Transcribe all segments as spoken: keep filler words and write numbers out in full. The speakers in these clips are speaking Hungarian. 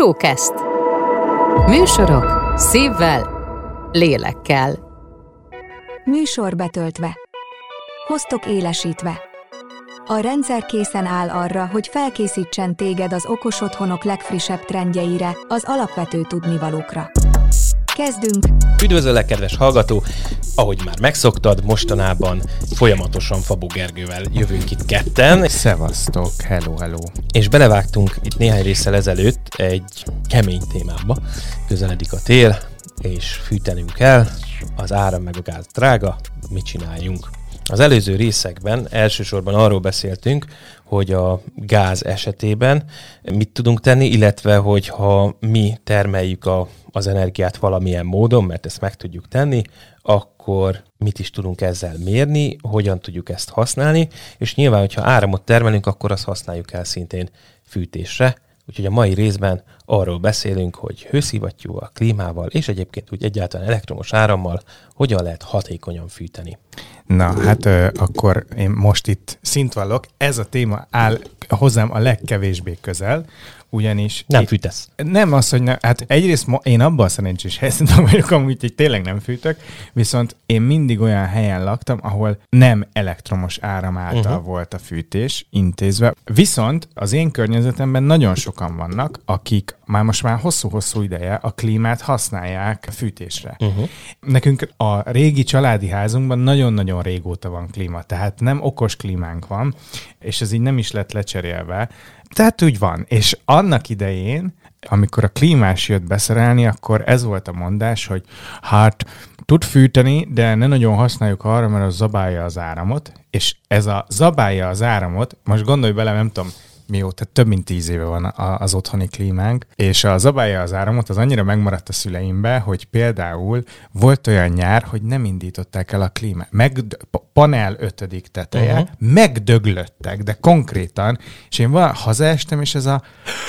Showcast. Műsorok szívvel, lélekkel. Műsor betöltve. Hoztok élesítve. A rendszer készen áll arra, hogy felkészítsen téged az okos otthonok legfrissebb trendjeire, az alapvető tudnivalókra. Kezdünk! Üdvözöllek, kedves hallgató! Ahogy már megszoktad, mostanában folyamatosan Fabó Gergővel jövünk itt ketten. Szevasztok, hello, hello! És belevágtunk itt néhány résszel ezelőtt egy kemény témába. Közeledik a tél, és fűtenünk kell, az áram meg a gáz drága, mit csináljunk? Az előző részekben elsősorban arról beszéltünk, hogy a gáz esetében mit tudunk tenni, illetve hogyha mi termeljük a, az energiát valamilyen módon, mert ezt meg tudjuk tenni, akkor mit is tudunk ezzel mérni, hogyan tudjuk ezt használni, és nyilván, hogyha áramot termelünk, akkor azt használjuk el szintén fűtésre. Úgyhogy a mai részben arról beszélünk, hogy hőszivattyúval, klímával és egyébként úgy egyáltalán elektromos árammal hogyan lehet hatékonyan fűteni. Na, hát ö, akkor én most itt szint vallok, ez a téma áll hozzám a legkevésbé közel, ugyanis... Nem itt, fűtesz. Nem az, hogy nem, hát egyrészt mo- én abban a szerencsés helyzetben vagyok amúgy, hogy tényleg nem fűtök, viszont én mindig olyan helyen laktam, ahol nem elektromos áram által uh-huh. volt a fűtés intézve. Viszont az én környezetemben nagyon sokan vannak, akik már most már hosszú-hosszú ideje a klímát használják fűtésre. Uh-huh. Nekünk a régi családi házunkban nagyon-nagyon régóta van klíma, tehát nem okos klímánk van, és ez így nem is lett lecserélve. Tehát úgy van. És annak idején, amikor a klímás jött beszerelni, akkor ez volt a mondás, hogy hát tud fűteni, de ne nagyon használjuk arra, mert az zabálja az áramot, és ez a zabálja az áramot, most gondolj bele, nem tudom, mióta, több mint tíz éve van az otthoni klímánk, és a zabálja az áramot az annyira megmaradt a szüleimbe, hogy például volt olyan nyár, hogy nem indították el a klímát. Meg, panel ötödik teteje, uh-huh. megdöglöttek, de konkrétan, és én van, hazaestem, és ez a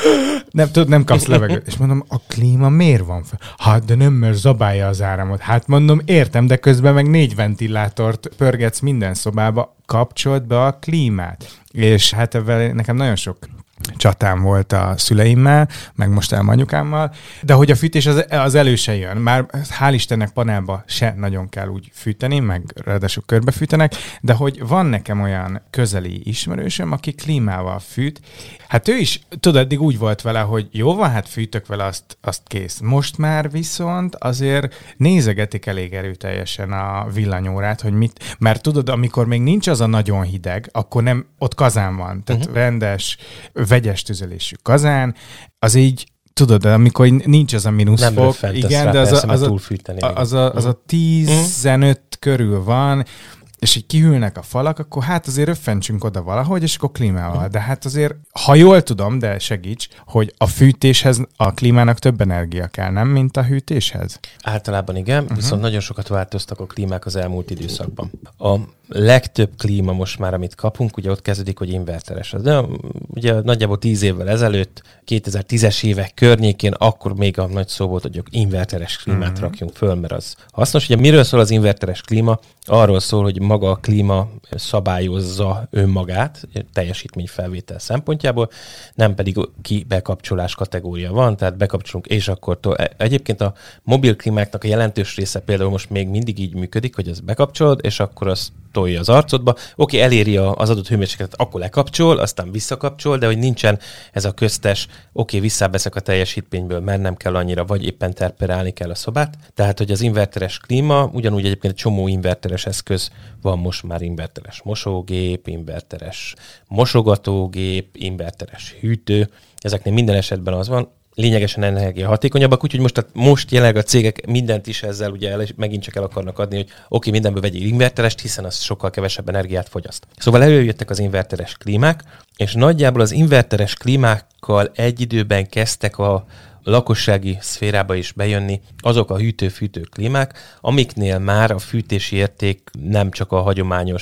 nem tudod, nem kapsz levegőt. És mondom, a klíma miért van fel? Hát, de nem, mert zabálja az áramot. Hát mondom, értem, de közben meg négy ventilátort pörgetsz minden szobába, kapcsolt be a klímát. És hát ebben nekem nagyon sok csatám volt a szüleimmel, meg most elmanyukámmal, de hogy a fűtés az, az elő se jön. Már hál' Istennek panelba se nagyon kell úgy fűteni, meg ráadásul körbefűtenek, de hogy van nekem olyan közeli ismerősöm, aki klímával fűt, hát ő is, tudod, eddig úgy volt vele, hogy jó van, hát fűtök vele, azt, azt kész. Most már viszont azért nézegetik elég erőteljesen a villanyórát, hogy mit, mert tudod, amikor még nincs az a nagyon hideg, akkor nem, ott kazán van, tehát uh-huh. rendes, vegyes tüzelésű kazán, az így, tudod, amikor nincs az a mínuszfok, igen, de az a, az, a, az, a, az a tizenöt uh-huh. körül van, és így kihűlnek a falak, akkor hát azért röffentsünk oda valahogy, és akkor klímával. Uh-huh. De hát azért, ha jól tudom, de segíts, hogy a fűtéshez a klímának több energia kell, nem, mint a hűtéshez? Általában igen, uh-huh. viszont nagyon sokat változtak a klímák az elmúlt időszakban. A legtöbb klíma most már, amit kapunk, ugye ott kezdődik, hogy inverteres. De ugye nagyjából tíz évvel ezelőtt, kétezer-tízes évek környékén, akkor még a nagy szó volt, hogy inverteres klímát uh-huh. rakjunk föl, mert az hasznos. Ugye miről szól az inverteres klíma? Arról szól, hogy maga a klíma szabályozza önmagát, teljesítményfelvétel szempontjából, nem pedig ki bekapcsolás kategória van, tehát bekapcsolunk, és akkor to- egyébként a mobil klímáknak a jelentős része például most még mindig így működik, hogy az bekapcsolod, és akkor az tolja az arcodba. Oké, eléri az adott hőmérsékletet, akkor lekapcsol, aztán visszakapcsol, de hogy nincsen ez a köztes, oké, visszaveszek a teljesítményből, mert nem kell annyira, vagy éppen terperálni kell a szobát. Tehát, hogy az inverteres klíma, ugyanúgy egyébként egy csomó inverteres eszköz van most már, inverteres mosógép, inverteres mosogatógép, inverteres hűtő. Ezeknél minden esetben az van, lényegesen energiahatékonyabbak, úgyhogy most, most jelenleg a cégek mindent is ezzel ugye el, megint csak el akarnak adni, hogy oké, mindenből vegyél inverterest, hiszen az sokkal kevesebb energiát fogyaszt. Szóval előjöttek az inverteres klímák, és nagyjából az inverteres klímákkal egy időben kezdtek a lakossági szférába is bejönni azok a hűtő-fűtő klímák, amiknél már a fűtési érték nem csak a hagyományos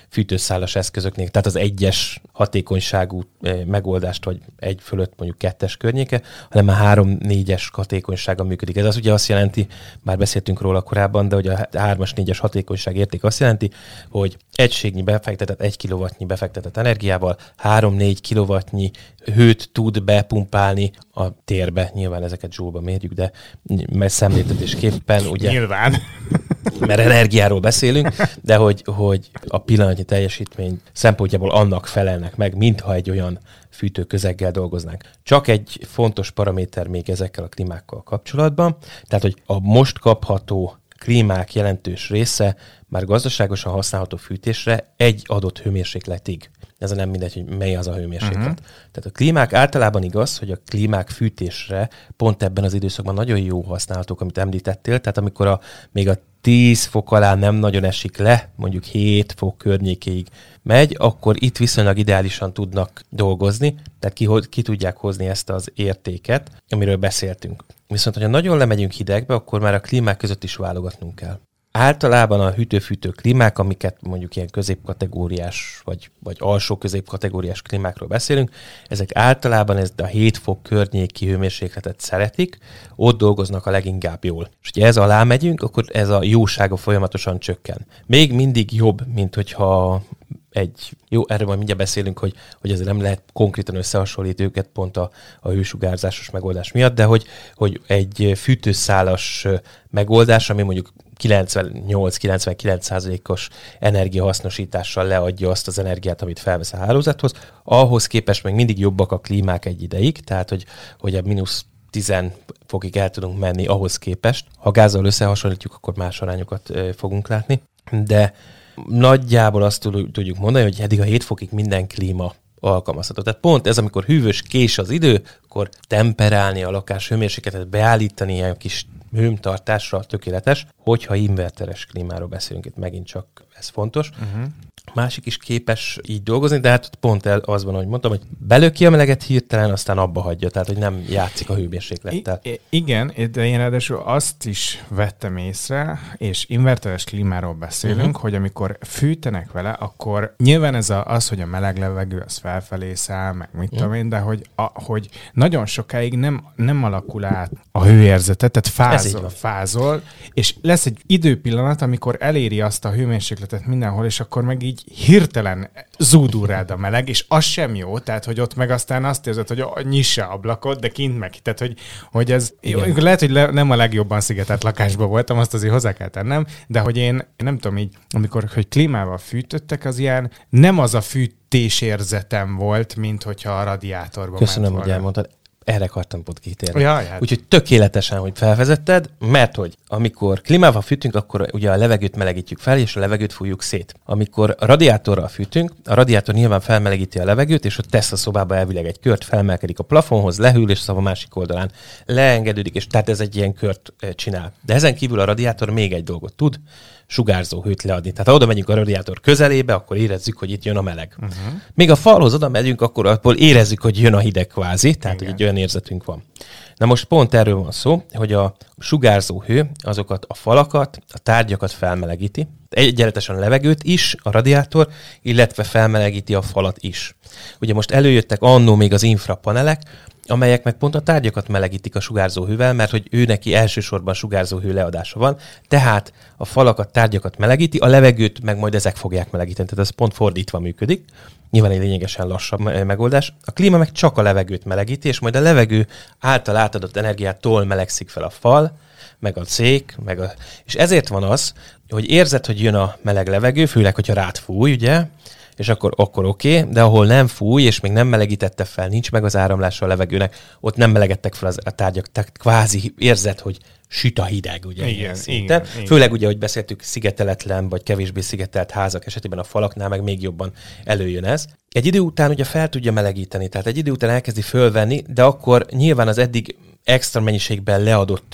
fűtőszálas eszközöknél, tehát az egyes hatékonyságú megoldást, vagy egy fölött mondjuk kettes környéke, hanem már három-négyes hatékonysága működik. Ez az ugye azt jelenti, már beszéltünk róla korábban, de hogy a hármas, négyes hatékonyság érték azt jelenti, hogy egységnyi befektetett, egy kilowattnyi befektetett energiával három-négy kilowattnyi hőt tud bepumpálni a térbe. Nyilván ezeket joule-ba mérjük, de szemléltetésképpen ugye... Nyilván. Mert energiáról beszélünk, de hogy, hogy a pillanatnyi teljesítmény szempontjából annak felelnek meg, mintha egy olyan fűtőközeggel dolgoznánk. Csak egy fontos paraméter még ezekkel a klímákkal kapcsolatban, tehát hogy a most kapható klímák jelentős része már gazdaságosan használható fűtésre egy adott hőmérsékletig. Ez nem mindegy, hogy mely az a hőmérséklet. Uh-huh. Tehát a klímák általában igaz, hogy a klímák fűtésre pont ebben az időszakban nagyon jó használhatók, amit említettél, tehát amikor a, még a tíz fok alá nem nagyon esik le, mondjuk hét fok környékéig megy, akkor itt viszonylag ideálisan tudnak dolgozni, tehát ki, ki tudják hozni ezt az értéket, amiről beszéltünk. Viszont, hogyha nagyon lemegyünk hidegbe, akkor már a klímák között is válogatnunk kell. Általában a hűtő-fűtő klímák, amiket mondjuk ilyen középkategóriás, vagy, vagy alsó középkategóriás klímákról beszélünk, ezek általában ezt a hét fok környéki hőmérsékletet szeretik, ott dolgoznak a leginkább jól. És ha ez alá megyünk, akkor ez a jósága folyamatosan csökken. Még mindig jobb, mint hogyha egy, jó, erről majd mindjárt beszélünk, hogy, hogy ezért nem lehet konkrétan összehasonlítani őket pont a, a hősugárzásos megoldás miatt, de hogy, hogy egy fűtőszálas megoldás, ami mondjuk kilencvennyolc-kilencvenkilenc százalékos energiahasznosítással leadja azt az energiát, amit felvesz a hálózathoz, ahhoz képest még mindig jobbak a klímák egy ideig, tehát hogy, hogy a mínusz tíz fokig el tudunk menni ahhoz képest. Ha gázzal összehasonlítjuk, akkor más arányokat fogunk látni, de nagyjából azt tudjuk mondani, hogy eddig a hét fokig minden klíma alkalmazható. Tehát pont ez, amikor hűvös, kés az idő, akkor temperálni a lakás hőmérsékletet, beállítani ilyen kis hőmtartásra tökéletes, hogyha inverteres klímáról beszélünk, itt megint csak ez fontos. Uh-huh. Másik is képes így dolgozni, de hát pont az van, ahogy mondtam, hogy belöki a meleget hirtelen, aztán abba hagyja, tehát hogy nem játszik a hőmérséklettel. I- igen, de én ráadásul azt is vettem észre, és inverteres klímáról beszélünk, uh-huh. hogy amikor fűtenek vele, akkor nyilván ez a, az, hogy a meleg levegő az felfelé száll, meg mit uh-huh. tudom én, de hogy, a, hogy nagyon sokáig nem, nem alakul át a hőérzetet, tehát fázol, fázol, és lesz egy időpillanat, amikor eléri azt a hőmérsékletet mindenhol, és akkor meg így hirtelen zúdul rád a meleg, és az sem jó, tehát hogy ott meg aztán azt érzed, hogy nyissa ablakot, de kint meg, tehát hogy, hogy ez, jó, lehet, hogy le, nem a legjobban szigetelt lakásban voltam, azt azért hozzá kell tennem, de hogy én nem tudom így, amikor hogy klímával fűtöttek, az ilyen nem az a fűtésérzetem volt, mint hogyha a radiátorban Köszönöm, ment hogy elmondtad. Erre akartam pont kitérni. Ja, hát. Úgyhogy tökéletesen, hogy felvezetted, mert hogy amikor klímával fűtünk, akkor ugye a levegőt melegítjük fel, és a levegőt fújjuk szét. Amikor a radiátorral fűtünk, a radiátor nyilván felmelegíti a levegőt, és ott tesz a szobába elvileg egy kört, felmelkedik a plafonhoz, lehűl, és szóval a másik oldalán leengedődik, és tehát ez egy ilyen kört csinál. De ezen kívül a radiátor még egy dolgot tud, sugárzó hőt leadni. Tehát ha oda megyünk a radiátor közelébe, akkor érezzük, hogy itt jön a meleg. Uh-huh. Még a falhoz oda megyünk, akkor abból érezzük, hogy jön a hideg kvázi, tehát igen. Hogy egy olyan érzetünk van. Na most pont erről van szó, hogy a sugárzó hő azokat a falakat, a tárgyakat felmelegíti, egyenletesen a levegőt is, a radiátor, illetve felmelegíti a falat is. Ugye most előjöttek annó még az infrapanelek, amelyek meg pont a tárgyakat melegítik a sugárzóhővel, mert hogy ő neki elsősorban sugárzóhő leadása van, tehát a falakat, tárgyakat melegíti, a levegőt meg majd ezek fogják melegíteni, tehát ez pont fordítva működik. Nyilván egy lényegesen lassabb megoldás. A klíma meg csak a levegőt melegíti, és majd a levegő által átadott energiától melegszik fel a fal, meg a szék, meg a... és ezért van az, hogy érzed, hogy jön a meleg levegő, főleg, hogyha rád fúj, ugye, és akkor, akkor oké, okay, de ahol nem fúj, és még nem melegítette fel, nincs meg az áramlása a levegőnek, ott nem melegedtek fel az, a tárgyak, tehát kvázi érzed, hogy süt a hideg, ugye? Igen, igen, igen. Főleg ugye, hogy beszéltük, szigeteletlen, vagy kevésbé szigetelt házak esetében a falaknál meg még jobban előjön ez. Egy idő után ugye fel tudja melegíteni, tehát egy idő után elkezdi fölvenni, de akkor nyilván az eddig extra mennyiségben leadott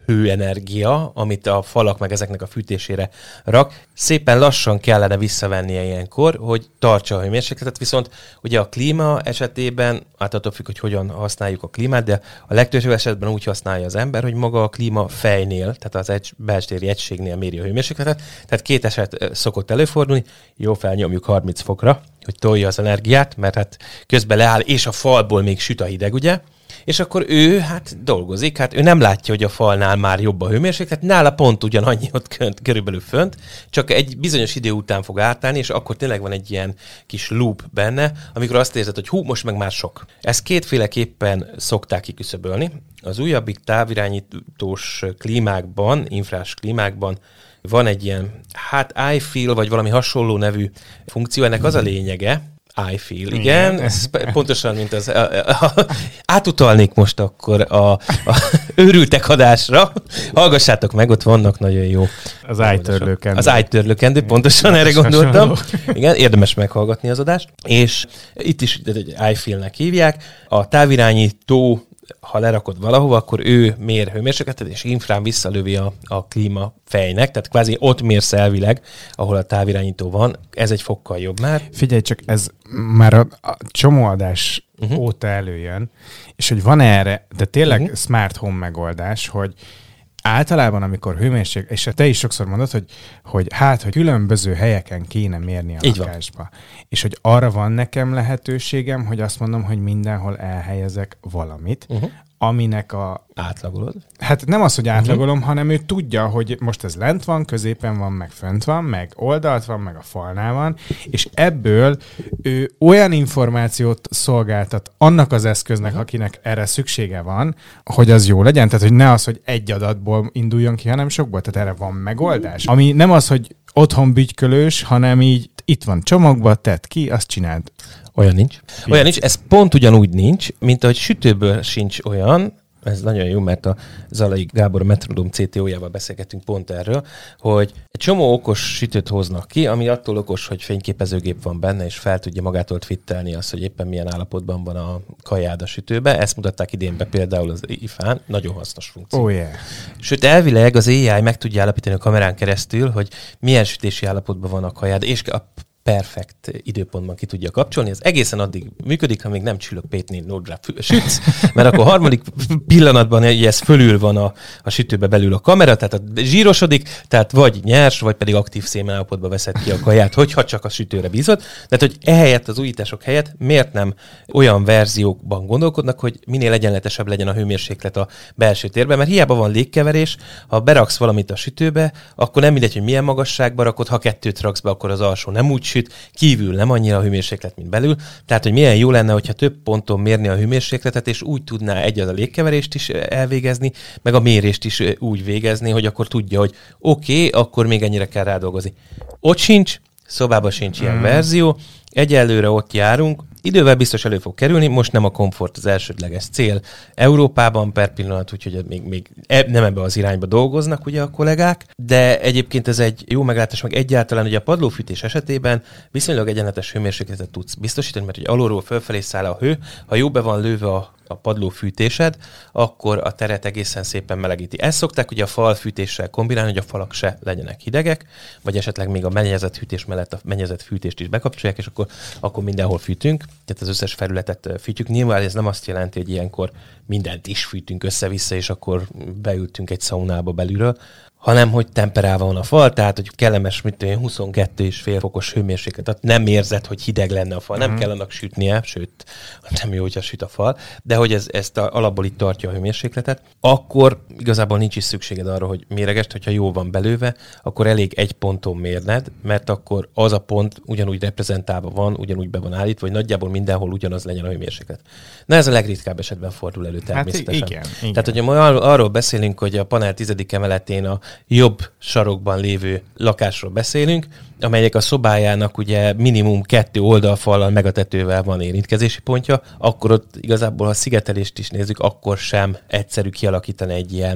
hőenergia, amit a falak meg ezeknek a fűtésére rak. Szépen lassan kellene visszavennie ilyenkor, hogy tartsa a hőmérsékletet, viszont ugye a klíma esetében, hát attól függ, hogy hogyan használjuk a klímát, de a legtöbb esetben úgy használja az ember, hogy maga a klíma fejnél, tehát az egy, beltéri egységnél méri a hőmérsékletet, tehát két eset szokott előfordulni, jó, felnyomjuk harminc fokra, hogy tolja az energiát, mert hát közben leáll, és a falból még süt a hideg, ugye? És akkor ő hát dolgozik, hát ő nem látja, hogy a falnál már jobb a hőmérséklet, nála pont ugyanannyi ott könt, körülbelül fönt, csak egy bizonyos idő után fog átállni, és akkor tényleg van egy ilyen kis loop benne, amikor azt érzed, hogy hú, most meg már sok. Ezt kétféleképpen szokták kiküszöbölni. Az újabbik távirányítós klímákban, infrás klímákban van egy ilyen, hát iFeel, vagy valami hasonló nevű funkció, ennek az a lényege, iFeel, igen, igen. Ez pontosan, mint az, a, a, a, átutalnék most akkor a, a őrültek adásra, hallgassátok meg, ott vannak nagyon jó. Az iTörlőkendő. Az iTörlőkendő, pontosan erre gondoltam. Igen, érdemes meghallgatni az adást, és itt is egy iFeel-nek hívják, a távirányító, ha lerakod valahova, akkor ő mér hőmérsékletet, és infrán visszalövi a, a klíma fejnek, tehát kvázi ott mérsz elvileg, ahol a távirányító van, ez egy fokkal jobb már. Figyelj csak, ez már a, a csomóadás uh-huh. óta előjön, és hogy van erre, de tényleg uh-huh. smart home megoldás, hogy általában, amikor hőmérséklet, és te is sokszor mondod, hogy, hogy hát, hogy különböző helyeken kéne mérni a így lakásba. Van. És hogy arra van nekem lehetőségem, hogy azt mondom, hogy mindenhol elhelyezek valamit, uh-huh. aminek a... Átlagolod? Hát nem az, hogy átlagolom, uh-huh. hanem ő tudja, hogy most ez lent van, középen van, meg fönt van, meg oldalt van, meg a falnál van, és ebből ő olyan információt szolgáltat annak az eszköznek, uh-huh. akinek erre szüksége van, hogy az jó legyen. Tehát, hogy ne az, hogy egy adatból induljon ki, hanem sokból. Tehát erre van megoldás. Uh-huh. Ami nem az, hogy otthon bütykölős, hanem így itt van csomagba, tedd ki, azt csináld. Olyan nincs. Olyan nincs, ez pont ugyanúgy nincs, mint ahogy sütőből sincs olyan, ez nagyon jó, mert a Zalai Gábor a Metrodom cé té ó-jával beszélgetünk pont erről, hogy egy csomó okos sütőt hoznak ki, ami attól okos, hogy fényképezőgép van benne, és fel tudja magától twittelni azt, hogy éppen milyen állapotban van a kajád a sütőbe. Ezt mutatták idén be például az i ef á-n, nagyon hasznos funkció. Oh yeah. Sőt, elvileg az á i meg tudja állapítani a kamerán keresztül, hogy milyen sütési állapotban van a kajád, és a perfekt időpontban ki tudja kapcsolni. Ez egészen addig működik, ha még nem csillog Pétnél nódra sütsz, mert akkor a harmadik pillanatban ez fölül van a, a sütőbe belül a kamera, tehát a zsírosodik, tehát vagy nyers, vagy pedig aktív szénállapotba veszed ki a kaját, hogyha csak a sütőre bízod. Tehát, hogy ehelyett az újítások helyett miért nem olyan verziókban gondolkodnak, hogy minél egyenletesebb legyen a hőmérséklet a belső térben, mert hiába van légkeverés, ha beraksz valamit a sütőbe, akkor nem mindegy, hogy milyen magasságba rakod, ha kettőt raksz be, akkor az alsó nem úgy süt, kívül nem annyira a hőmérséklet, mint belül. Tehát, hogy milyen jó lenne, hogyha több ponton mérni a hőmérsékletet, és úgy tudná egy az a légkeverést is elvégezni, meg a mérést is úgy végezni, hogy akkor tudja, hogy oké, okay, akkor még ennyire kell rádolgozni. Ott sincs, szobában sincs ilyen mm. verzió, egyelőre ott járunk, idővel biztos elő fog kerülni, most nem a komfort az elsődleges cél Európában per pillanat, úgyhogy még, még nem ebbe az irányba dolgoznak ugye a kollégák, de egyébként ez egy jó meglátás, meg egyáltalán ugye a padlófűtés esetében viszonylag egyenletes hőmérsékletet tudsz biztosítani, mert hogy alulról fölfelé száll a hő, ha jó be van lőve a a padlófűtésed, akkor a teret egészen szépen melegíti. Ezt szokták ugye a falfűtéssel kombinálni, hogy a falak se legyenek hidegek, vagy esetleg még a mennyezett hűtés mellett a mennyezett fűtést is bekapcsolják, és akkor, akkor mindenhol fűtünk, tehát az összes felületet fűtjük. Nyilván ez nem azt jelenti, hogy ilyenkor mindent is fűtünk össze-vissza, és akkor beültünk egy szaunába belülről, hanem hogy temperálva van a fal, tehát hogy kellemes, mint olyan huszonkettő és fél fokos hőmérséklet. Tehát nem érzed, hogy hideg lenne a fal, nem mm. kell annak sütnie, sőt, nem jó, hogyha süt a fal, de hogy ez, ezt a, alapból itt tartja a hőmérsékletet, akkor igazából nincs is szükséged arra, hogy méregest, hogyha jó van belőve, akkor elég egy ponton mérned, mert akkor az a pont ugyanúgy reprezentálva van, ugyanúgy be van állítva, vagy nagyjából mindenhol ugyanaz legyen a hőmérséklet. Na ez a legritkább esetben fordul elő természetesen. Hát igen, igen. Tehát, hogyha ma arról beszélünk, hogy a panel tizedik emeletén a jobb sarokban lévő lakásról beszélünk, amelyek a szobájának ugye minimum kettő oldalfallal meg a tetővel van érintkezési pontja, akkor ott igazából, ha a szigetelést is nézzük, akkor sem egyszerű kialakítani egy ilyen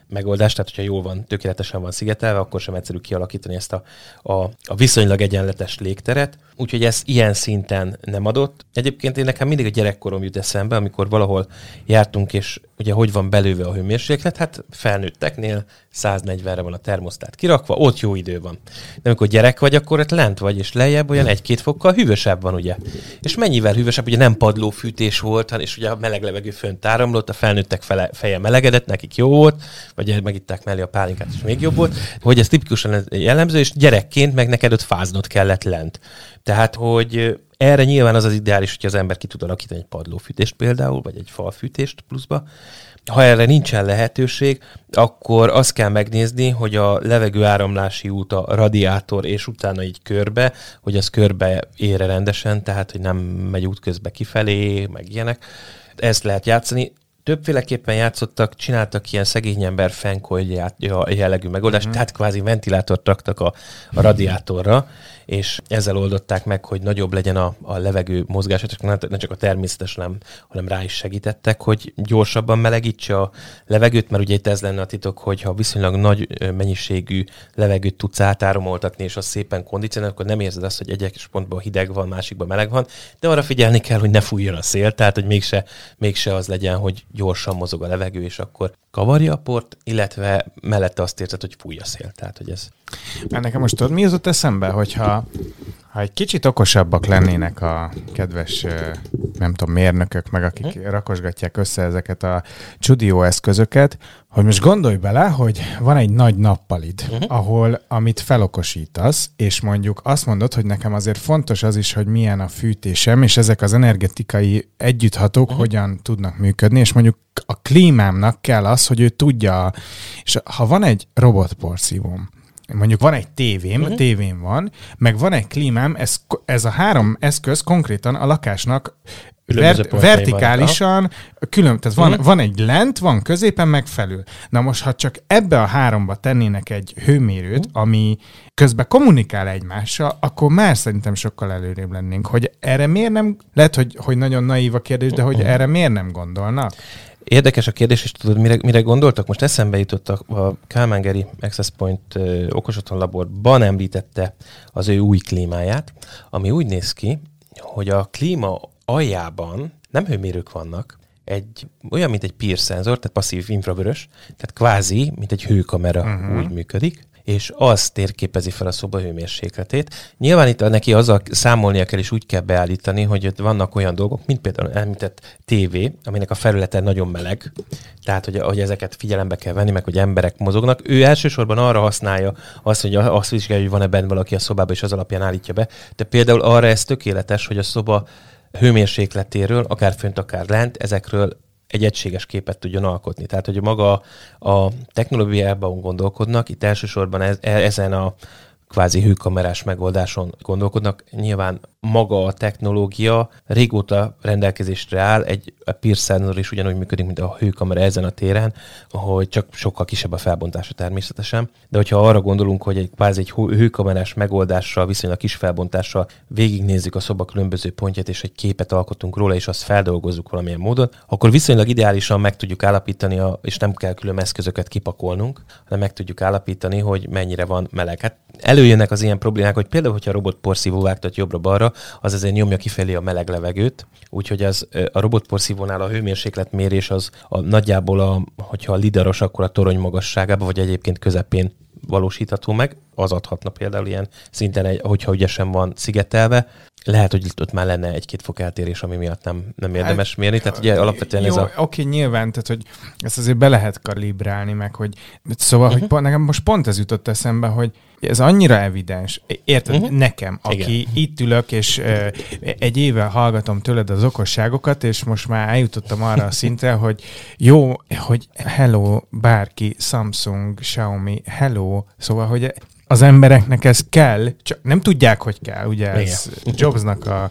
megoldás, tehát hogyha jól van, tökéletesen van szigetelve, akkor sem egyszerű kialakítani ezt a, a, a viszonylag egyenletes légteret. Úgyhogy ez ilyen szinten nem adott. Egyébként én nekem mindig a gyerekkorom jut eszembe, amikor valahol jártunk, és ugye hogy van belőve a hőmérséklet, hát felnőtteknél száznegyvenre van a termosztát kirakva, ott jó idő van. De amikor gyerek vagy, akkor ott lent vagy, és lejjebb olyan egy-két fokkal hűvösebb van, ugye. És mennyivel hűvösebb, ugye nem padlófűtés volt, és ugye a meleg levegő fönt áramlott, a felnőttek fele, feje melegedett, nekik jó volt, vagy megitták mellé a pálinkát, és még jobb volt, hogy ez tipikusan jellemző, és gyerekként meg neked ott fáznod kellett lent. Tehát, hogy erre nyilván az az ideális, hogy az ember ki tud alakítani egy padlófűtést például, vagy egy falfűtést pluszba. Ha erre nincsen lehetőség, akkor azt kell megnézni, hogy a levegő áramlási út a radiátor és utána így körbe, hogy az körbe ére rendesen, tehát hogy nem megy útközben kifelé, meg ilyenek. Ezt lehet játszani. Többféleképpen játszottak, csináltak ilyen szegény ember fancoil jellegű megoldást, uh-huh. tehát kvázi ventilátort raktak a, a radiátorra, és ezzel oldották meg, hogy nagyobb legyen a, a levegő mozgása, ne csak a természetes, hanem, hanem rá is segítettek, hogy gyorsabban melegítse a levegőt, mert ugye itt ez lenne a titok, hogy ha viszonylag nagy mennyiségű levegőt tudsz átáramoltatni, és az szépen kondicionál, akkor nem érzed azt, hogy egyes pontban hideg van, másikban meleg van, de arra figyelni kell, hogy ne fújjon a szél, tehát hogy mégse, mégse az legyen, hogy gyorsan mozog a levegő, és akkor kavarja a port, illetve mellette azt érzed, hogy fúj a szél. Tehát, hogy ez... Mert nekem most tudod, mi jutott eszembe, hogyha ha egy kicsit okosabbak lennének a kedves, nem tudom, mérnökök, meg akik hmm. rakosgatják össze ezeket a csudió eszközöket, hogy most gondolj bele, hogy van egy nagy nappalid, hmm. ahol, amit felokosítasz, és mondjuk azt mondod, hogy nekem azért fontos az is, hogy milyen a fűtésem, és ezek az energetikai együtthatók hmm. hogyan tudnak működni, és mondjuk a klímámnak kell az, hogy ő tudja, és ha van egy robotporszívóm, mondjuk van egy tévém, uh-huh. tévém van, meg van egy klímám, ez, ez a három eszköz konkrétan a lakásnak ver, vertikálisan külön, tehát van, uh-huh. van egy lent, van középen, meg felül. Na most, ha csak ebbe a háromba tennének egy hőmérőt, uh-huh. ami közben kommunikál egymással, akkor már szerintem sokkal előrébb lennénk. Hogy erre miért nem, lehet, hogy, hogy nagyon naív a kérdés, de hogy uh-huh. erre miért nem gondolnak? Érdekes a kérdés, és tudod, mire, mire gondoltak? Most eszembe jutott a, a Kálmán-Geri Access Point uh, okosotthon laborban említette az ő új klímáját, ami úgy néz ki, hogy a klíma aljában nem hőmérők vannak, egy, olyan, mint egy PIR szenzor, tehát passzív infravörös, tehát kvázi, mint egy hőkamera uh-huh. úgy működik, és az térképezi fel a szoba hőmérsékletét. Nyilván itt neki azzal számolnia kell, és úgy kell beállítani, hogy ott vannak olyan dolgok, mint például említett tévé, aminek a felülete nagyon meleg, tehát hogy, hogy ezeket figyelembe kell venni, meg hogy emberek mozognak. Ő elsősorban arra használja azt, hogy azt vizsgálja, hogy van-e benne valaki a szobában, és az alapján állítja be. De például arra ez tökéletes, hogy a szoba hőmérsékletéről, akár fönt, akár lent, ezekről egy egységes képet tudjon alkotni. Tehát, hogy maga a technológiában gondolkodnak, itt elsősorban ez, ezen a kvázi hőkamerás megoldáson gondolkodnak. Nyilván maga a technológia régóta rendelkezésre áll, egy PIR szenzor is ugyanúgy működik, mint a hőkamera ezen a téren, hogy csak sokkal kisebb a felbontása természetesen. De hogyha arra gondolunk, hogy egy kvázi egy hőkamerás megoldással, viszonylag kis felbontással végignézzük a szoba különböző pontját, és egy képet alkotunk róla, és azt feldolgozzuk valamilyen módon, akkor viszonylag ideálisan meg tudjuk állapítani, a, és nem kell külön eszközöket kipakolnunk, hanem meg tudjuk állapítani, hogy mennyire van meleg. Hát előjönnek az ilyen problémák, hogy például, hogyha a robotporszívó vágtat jobbra-balra, az azért nyomja kifelé a meleg levegőt, úgyhogy az, a robotporszívónál a hőmérsékletmérés az a, nagyjából, a, hogyha a lidaros, akkor a torony magasságában, vagy egyébként közepén valósítható meg, az adhatna például ilyen szinten, egy, hogyha ügyesen van szigetelve. Lehet, hogy ott már lenne egy-két fok eltérés, ami miatt nem, nem érdemes hát, mérni. Tehát ugye alapvetően jó, ez a... Oké, nyilván, tehát hogy ezt azért be lehet kalibrálni, meg hogy... Szóval, uh-huh. hogy pont, nekem most pont ez jutott eszembe, hogy ez annyira evidens. Érted? Uh-huh. Nekem, aki igen. itt ülök, és uh, egy éve hallgatom tőled az okosságokat, és most már eljutottam arra a szintre, hogy jó, hogy hello, bárki, Samsung, Xiaomi, hello, szóval, hogy az embereknek ez kell, csak nem tudják, hogy kell, ugye ez Jobsnak a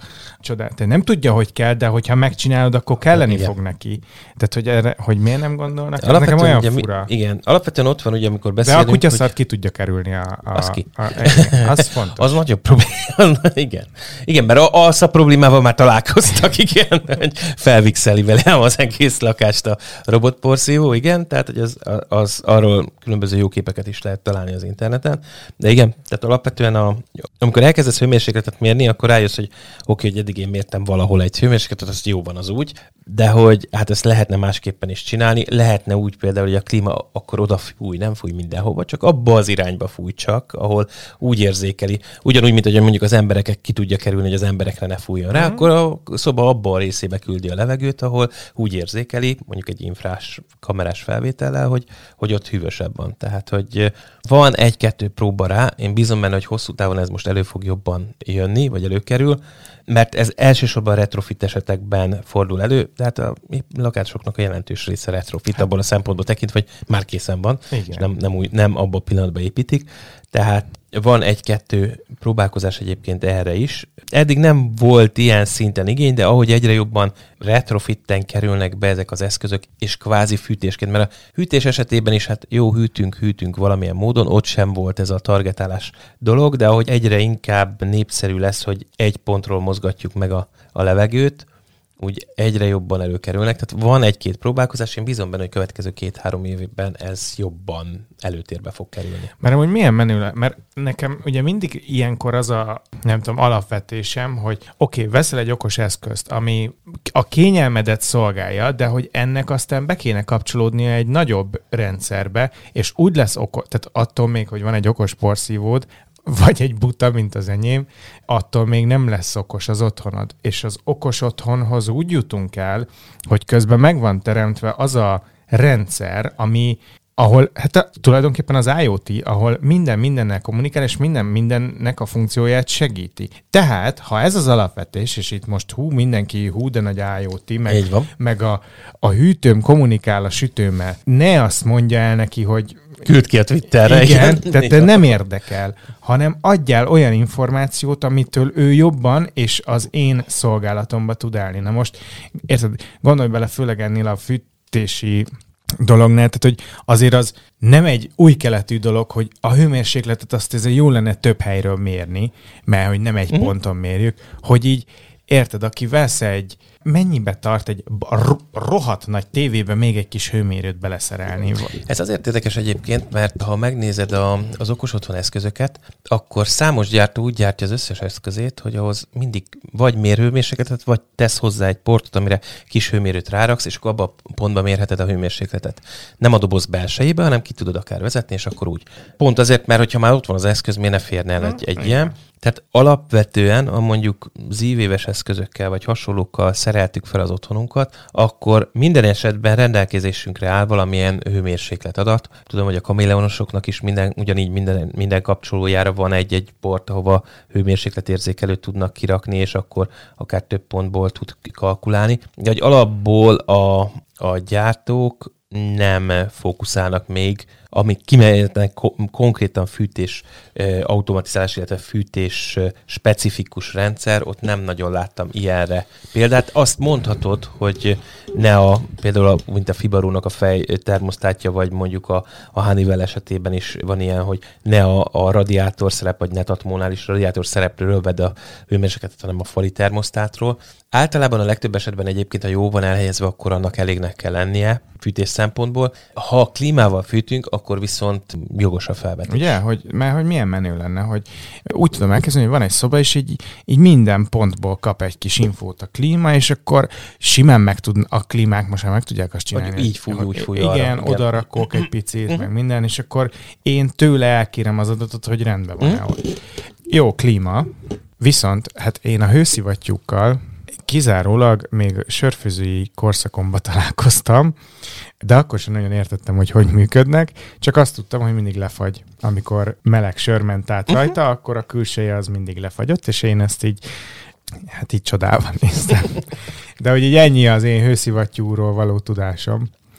csodál. Tehát nem tudja, hogy kell, de hogyha megcsinálod, akkor kelleni igen. fog neki. Tehát, hogy, erre, hogy miért nem gondolnak? Ez nekem olyan ugye, fura. Mi, igen, alapvetően ott van, ugye, amikor beszélünk... De a kutyaszart hogy... ki tudja kerülni a... a az ki? A, a, igen, az fontos. Az nagyobb probléma. igen. Igen, mert az a problémával már találkoztak, igen, hogy felvixeli vele az egész lakást a robotporszívó, igen, tehát hogy az, az arról különböző jó képeket is lehet találni az interneten. De igen, tehát alapvetően a, amikor elkezdesz hőmérsékletet mérni, akkor rájössz, hogy oké, okay, hogy eddig én mértem valahol egy hőmérsékletet, az jó van az úgy, de hogy hát ezt lehetne másképpen is csinálni, lehetne úgy például, hogy a klíma akkor oda fúj, nem fúj mindenhova, csak abba az irányba fúj csak, ahol úgy érzékeli, ugyanúgy, mint hogy mondjuk az emberek ki tudja kerülni, hogy az emberekre ne fújjon rá, mm. akkor a szoba abba a részébe küldi a levegőt, ahol úgy érzékeli, mondjuk egy infrás kamerás felvétellel, hogy, hogy ott hűvösebb van. Tehát, hogy van egy-kettő próba rá, én bízom benne, hogy hosszú távon ez most elő fog jobban jönni, vagy előkerül, mert ez elsősorban retrofit esetekben fordul elő, de hát a lakásoknak a jelentős része retrofit, hát. abból a szempontból tekintve, hogy már készen van, igen. és nem, nem, úgy, nem abban a pillanatban építik. Tehát van egy-kettő próbálkozás egyébként erre is. Eddig nem volt ilyen szinten igény, de ahogy egyre jobban retrofitten kerülnek be ezek az eszközök, és kvázi fűtésként, mert a hűtés esetében is hát jó, hűtünk, hűtünk valamilyen módon, ott sem volt ez a targetálás dolog, de ahogy egyre inkább népszerű lesz, hogy egy pontról mozgatjuk meg a, a levegőt, úgy egyre jobban előkerülnek. Tehát van egy-két próbálkozás, én bízom benne, hogy következő két-három évben ez jobban előtérbe fog kerülni. Mert amúgy milyen menő le? Mert nekem ugye mindig ilyenkor az a, nem tudom, alapvetésem, hogy oké, okay, veszel egy okos eszközt, ami a kényelmedet szolgálja, de hogy ennek aztán be kéne kapcsolódnia egy nagyobb rendszerbe, és úgy lesz okos, tehát attól még, hogy van egy okos porszívód, vagy egy buta, mint az enyém, attól még nem lesz okos az otthonod. És az okos otthonhoz úgy jutunk el, hogy közben meg van teremtve az a rendszer, ami, ahol, hát tulajdonképpen az IoT, ahol minden mindennel kommunikál, és minden mindennek a funkcióját segíti. Tehát, ha ez az alapvetés, és itt most hú, mindenki hú, de nagy IoT, meg, meg a, a hűtőm kommunikál a sütőmmel, ne azt mondja el neki, hogy küld ki a Twitterre. Igen, igen. Tehát te nem érdekel, hanem adjál olyan információt, amitől ő jobban és az én szolgálatomba tud állni. Na most, érted, gondolj bele főleg ennél a fűtési dolognál, tehát hogy azért az nem egy új keletű dolog, hogy a hőmérsékletet azt ezzel jó lenne több helyről mérni, mert hogy nem egy mm. ponton mérjük, hogy így érted, aki vesz egy, mennyibe tart egy rohadt nagy tévébe még egy kis hőmérőt beleszerelni? Ez azért érdekes egyébként, mert ha megnézed a, az okos otthon eszközöket, akkor számos gyártó úgy gyártja az összes eszközét, hogy ahhoz mindig vagy mér hőmérsékletet, vagy tesz hozzá egy portot, amire kis hőmérőt ráraksz, és akkor abba a pontban mérheted a hőmérsékletet. Nem a doboz belsejébe, hanem ki tudod akár vezetni, és akkor úgy. Pont azért, mert hogyha már ott van az eszköz, miért ne férne el egy, egy ilyen. Tehát alapvetően, ha mondjuk zívéves eszközökkel vagy hasonlókkal szereltük fel az otthonunkat, akkor minden esetben rendelkezésünkre áll valamilyen hőmérséklet adat. Tudom, hogy a kameleonosoknak is minden, ugyanígy minden, minden kapcsolójára van egy-egy port, ahova hőmérsékletérzékelőt tudnak kirakni, és akkor akár több pontból tud kalkulálni. De hogy alapból a, a gyártók nem fókuszálnak még, amik kimehetnek ko- konkrétan fűtés automatizálás, illetve fűtés specifikus rendszer, ott nem nagyon láttam ilyenre példát. Azt mondhatod, hogy ne a, például a, mint a Fibarónak a fej termosztátja, vagy mondjuk a, a Honeywell esetében is van ilyen, hogy ne a, a radiátor szerep, vagy Netatmónál is radiátor szerepről vedd a hőmérsékletet, hanem a fali termosztátról. Általában a legtöbb esetben egyébként, ha jó van elhelyezve, akkor annak elégnek kell lennie fűtés szempontból. Ha a klímával fűtünk, akkor viszont jogos a felvetés. Ugye, hogy, mert hogy milyen menő lenne, hogy úgy tudom elkezdeni, hogy van egy szoba, és így, így minden pontból kap egy kis infót a klíma, és akkor simán meg tud, a klímák most már meg tudják azt csinálni. Hogy így fúj, úgy fúj arra. Igen, oda rakok egy picit, meg minden, és akkor én tőle elkérem az adatot, hogy rendben van. Uh-huh. Jó, klíma, viszont hát én a hőszivattyúkkal kizárólag még sörfőzői korszakomba találkoztam, de akkor sem nagyon értettem, hogy hogy működnek, csak azt tudtam, hogy mindig lefagy. Amikor meleg sör ment át rajta, uh-huh. akkor a külseje az mindig lefagyott, és én ezt így, hát így csodálva néztem. De hogy így ennyi az én hőszivattyúról való tudásom.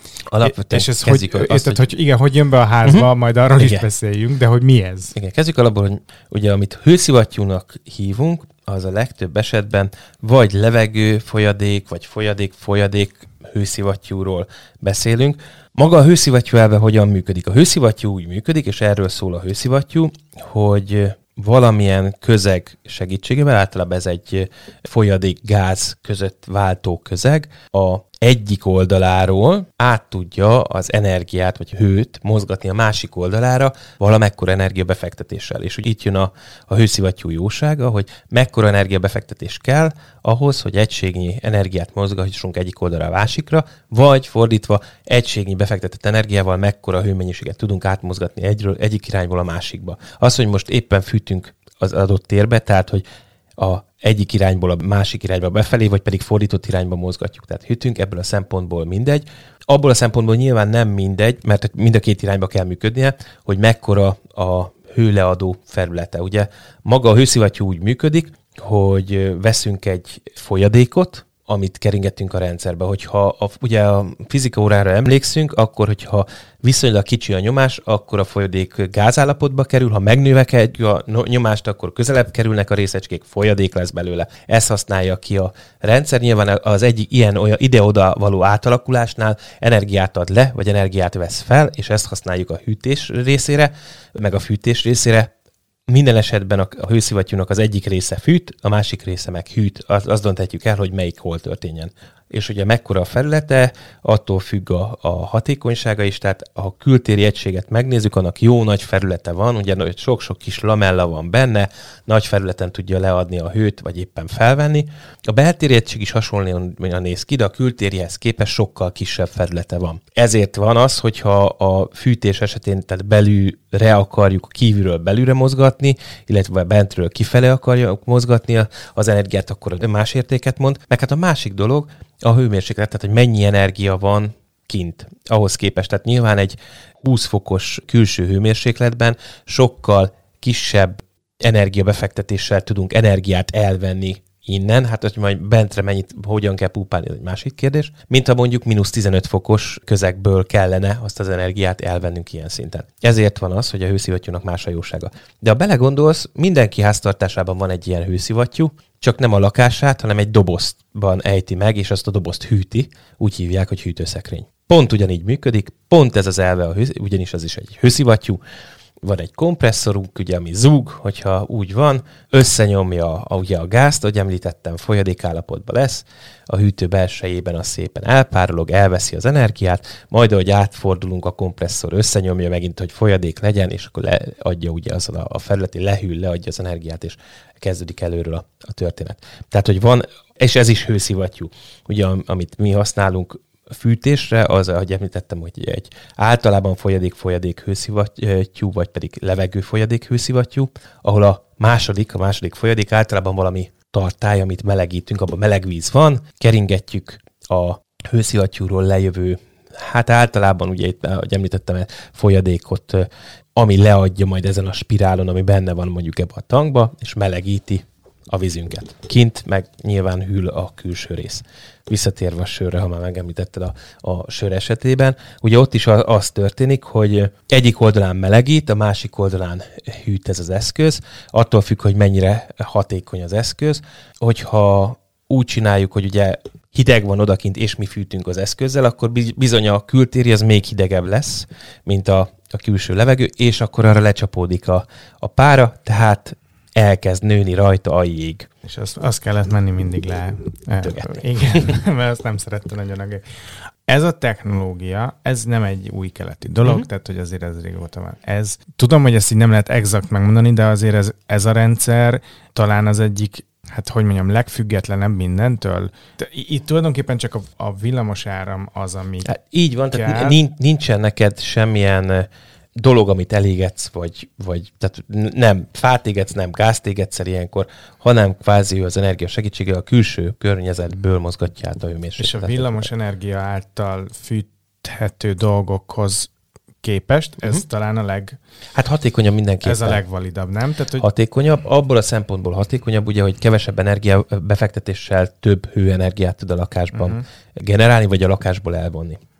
Alapvetően és ez kezdjük hogy, azt, érted, hogy... hogy igen, hogy jön be a házba, uh-huh. majd arról igen. is beszéljünk, de hogy mi ez? Igen, kezdjük alapból, hogy ugye amit hőszivattyúnak hívunk, az a legtöbb esetben vagy levegő folyadék, vagy folyadék folyadék hőszivattyúról beszélünk. Maga a hőszivattyú elve hogyan működik? A hőszivattyú úgy működik, és erről szól a hőszivattyú, hogy valamilyen közeg segítségével, általában ez egy folyadék gáz között váltó közeg, a egyik oldaláról át tudja az energiát, vagy hőt mozgatni a másik oldalára valamekkora energiabefektetéssel. És úgy itt jön a, a hőszivattyú jósága, hogy mekkora energiabefektetés kell ahhoz, hogy egységnyi energiát mozgassunk egyik oldalra a másikra, vagy fordítva egységnyi befektetett energiával mekkora hőmennyiséget tudunk átmozgatni egyről, egyik irányból a másikba. Az, hogy most éppen fűtünk az adott térbe, tehát hogy a egyik irányból a másik irányba befelé, vagy pedig fordított irányba mozgatjuk. Tehát hűtünk, ebből a szempontból mindegy. Abból a szempontból nyilván nem mindegy, mert mind a két irányba kell működnie, hogy mekkora a hőleadó felülete. Ugye maga a hőszivattyú úgy működik, hogy veszünk egy folyadékot, amit keringetünk a rendszerbe. Hogyha a, ugye a fizika órára emlékszünk, akkor, hogyha viszonylag kicsi a nyomás, akkor a folyadék gázállapotba kerül, ha megnövekedjük a nyomást, akkor közelebb kerülnek a részecskék, folyadék lesz belőle. Ezt használja ki a rendszer. Nyilván az egyik ilyen olyan ide-oda való átalakulásnál energiát ad le, vagy energiát vesz fel, és ezt használjuk a hűtés részére, meg a fűtés részére. Minden esetben a hőszivattyúnak az egyik része fűt, a másik része meg hűt. Azt dönthetjük el, hogy melyik hol történjen. És ugye mekkora a felülete, attól függ a, a hatékonysága is, tehát ha kültéri egységet megnézzük, annak jó nagy felülete van, ugye sok-sok kis lamella van benne, nagy felületen tudja leadni a hőt, vagy éppen felvenni. A beltéri egység is hasonlóan néz ki, de a kültérihez képest sokkal kisebb felülete van. Ezért van az, hogyha a fűtés esetén tehát belülre akarjuk kívülről belülre mozgatni, illetve bentről kifele akarjuk mozgatni az energiát, akkor más értéket mond. Meg hát a másik dolog, a hőmérséklet, tehát hogy mennyi energia van kint ahhoz képest. Tehát nyilván egy húsz fokos külső hőmérsékletben sokkal kisebb energiabefektetéssel tudunk energiát elvenni innen, hát hogy majd bentre mennyit, hogyan kell púpálni, ez egy másik kérdés, mint ha mondjuk mínusz tizenöt fokos közegből kellene azt az energiát elvennünk ilyen szinten. Ezért van az, hogy a hőszivattyúnak más a jósága. De ha belegondolsz, mindenki háztartásában van egy ilyen hőszivattyú, csak nem a lakását, hanem egy dobozban ejti meg, és azt a dobozt hűti, úgy hívják, hogy hűtőszekrény. Pont ugyanígy működik, pont ez az elve, a hő, ugyanis az is egy hőszivattyú. Van egy kompresszorunk, ugye, ami zúg, hogyha úgy van, összenyomja a, ugye a gázt, ahogy említettem, folyadékállapotban lesz, a hűtő belsejében az szépen elpárolog, elveszi az energiát, majd ahogy átfordulunk, a kompresszor összenyomja megint, hogy folyadék legyen, és akkor leadja ugye azon a, a felületi, lehűl, leadja az energiát, és kezdődik előről a, a történet. Tehát, hogy van, és ez is hőszivattyú, ugye, amit mi használunk fűtésre, az, ahogy említettem, hogy egy általában folyadék-folyadék hőszivattyú, vagy pedig levegő-folyadék hőszivattyú, ahol a második, a második folyadék általában valami tartály, amit melegítünk, abban meleg víz van, keringetjük a hőszivattyúról lejövő, hát általában ugye itt, ahogy említettem, folyadékot, ami leadja majd ezen a spirálon, ami benne van mondjuk ebbe a tankba, és melegíti a vízünket. Kint meg nyilván hűl a külső rész. Visszatérve a sörre, ha már megemlítetted a, a sör esetében, ugye ott is az történik, hogy egyik oldalán melegít, a másik oldalán hűt ez az eszköz, attól függ, hogy mennyire hatékony az eszköz. Hogyha úgy csináljuk, hogy ugye hideg van odakint, és mi fűtünk az eszközzel, akkor bizony a kültéri az még hidegebb lesz, mint a, a külső levegő, és akkor arra lecsapódik a, a pára, tehát elkezd nőni rajta a jég. És azt, azt kellett menni mindig le. Tögetni. Igen, mert azt nem szerette nagyon a gép. Ez a technológia, ez nem egy új keleti dolog, uh-huh. tehát hogy azért ez régóta van. Ez, tudom, hogy ezt így nem lehet exakt megmondani, de azért ez, ez a rendszer talán az egyik, hát hogy mondjam, legfüggetlenebb mindentől. De itt tulajdonképpen csak a, a villamos áram az, ami hát így van, kell. Tehát nincsen neked semmilyen dolog, amit elégetsz, vagy, vagy tehát nem fát égetsz, nem gázt égetsz el ilyenkor, hanem kvázi az energia segítségével a külső környezetből mozgatja át a hőmérsékletet. És a villamos energia által fűthető dolgokhoz képest, ez uh-huh. talán a leg... Hát hatékonyabb mindenképpen. Ez a legvalidabb, nem? Tehát, hogy... Hatékonyabb, abból a szempontból hatékonyabb, ugye, hogy kevesebb energia befektetéssel több hőenergiát tud a lakásban uh-huh. generálni, vagy a lakásból elvonni.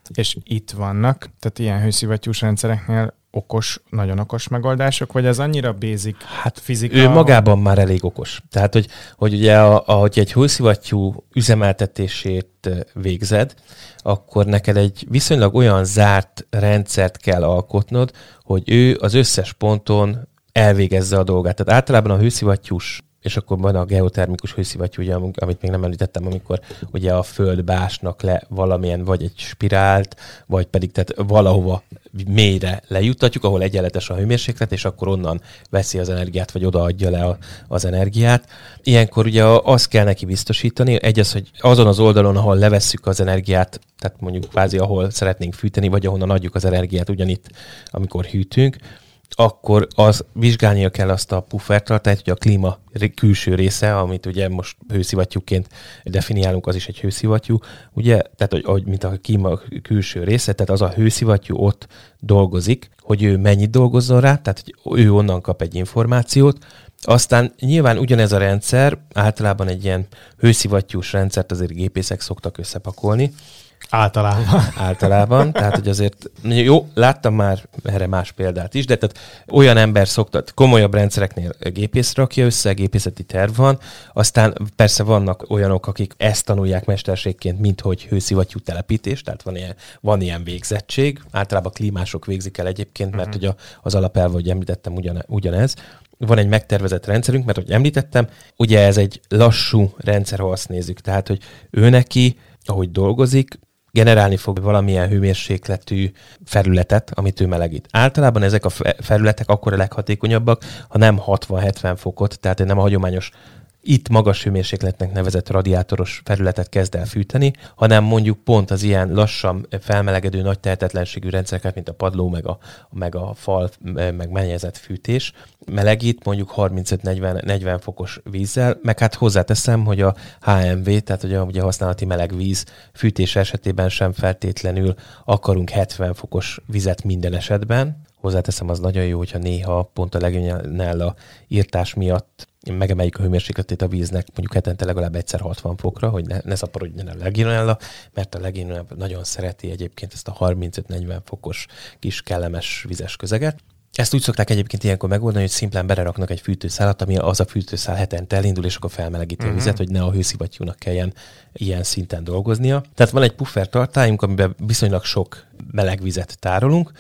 És itt vannak, tehát ilyen hőszivattyús rendszereknél okos, nagyon okos megoldások, vagy ez annyira basic hát fizika? Ő magában már elég okos. Tehát, hogy, hogy ugye a, ahogy egy hőszivattyú üzemeltetését végzed, akkor neked egy viszonylag olyan zárt rendszert kell alkotnod, hogy ő az összes ponton elvégezze a dolgát. Tehát általában a hőszivattyús, és akkor van a geotermikus hőszivattyú, ugye, amit még nem említettem, amikor ugye a földbe ásnak le valamilyen, vagy egy spirált, vagy pedig tehát valahova mélyre lejutatjuk, ahol egyenletes a hőmérséklet, és akkor onnan veszi az energiát, vagy odaadja le a, az energiát. Ilyenkor ugye azt kell neki biztosítani, egy az, hogy azon az oldalon, ahol levesszük az energiát, tehát mondjuk kvázi ahol szeretnénk fűteni, vagy ahonnan adjuk az energiát ugyanitt, amikor hűtünk, akkor az vizsgálnia kell azt a puffertartályt, hogy a klíma külső része, amit ugye most hőszivattyúként definiálunk, az is egy hőszivattyú, ugye, tehát hogy, hogy mint a klíma külső része, tehát az a hőszivattyú ott dolgozik, hogy ő mennyit dolgozzon rá, tehát hogy ő onnan kap egy információt, aztán nyilván ugyanez a rendszer, általában egy ilyen hőszivattyús rendszert azért gépészek szoktak összepakolni, Általában. Általában, tehát hogy azért, jó, láttam már erre más példát is, de tehát olyan ember szokta, komolyabb rendszereknél gépész rakja össze, gépészeti terv van, aztán persze vannak olyanok, akik ezt tanulják mesterségként, mint hogy hőszivattyú telepítés, tehát van ilyen, van ilyen végzettség, általában klímások végzik el egyébként, mert uh-huh. hogy az alapelve, hogy említettem, ugyan, ugyanez. Van egy megtervezett rendszerünk, mert ahogy említettem, ugye ez egy lassú rendszer, ha azt nézzük, tehát hogy ő neki, ahogy dolgozik, generálni fog valamilyen hőmérsékletű felületet, amit ő melegít. Általában ezek a felületek akkor a leghatékonyabbak, ha nem hatvan-hetven fokot, tehát nem a hagyományos itt magas hőmérsékletnek nevezett radiátoros felületet kezd el fűteni, hanem mondjuk pont az ilyen lassan felmelegedő nagy tehetetlenségű rendszereket, mint a padló, meg a, meg a fal, meg mennyezett fűtés melegít mondjuk harmincöt-negyven fokos vízzel, meg hát hozzáteszem, hogy a há em vé, tehát ugye, ugye használati meleg víz fűtés esetében sem feltétlenül akarunk hetven fokos vizet minden esetben. Hozzáteszem, az nagyon jó, hogyha néha pont a legényel írtás miatt megemeljük a hőmérsékletét a víznek mondjuk hetente legalább egyszer hatvan fokra, hogy ne, ne szaporodjon a legionella, mert a legionella nagyon szereti egyébként ezt a harmincöt-negyven fokos kis kellemes vizes közeget. Ezt úgy szokták egyébként ilyenkor megoldani, hogy szimplán beleraknak egy fűtőszálat, ami az a fűtőszál hetente elindul, és akkor felmelegíti uh-huh. a vizet, hogy ne a hőszivattyúnak kelljen ilyen szinten dolgoznia. Tehát van egy puffer tartályunk, amiben viszonylag sok meleg vizet tárolunk,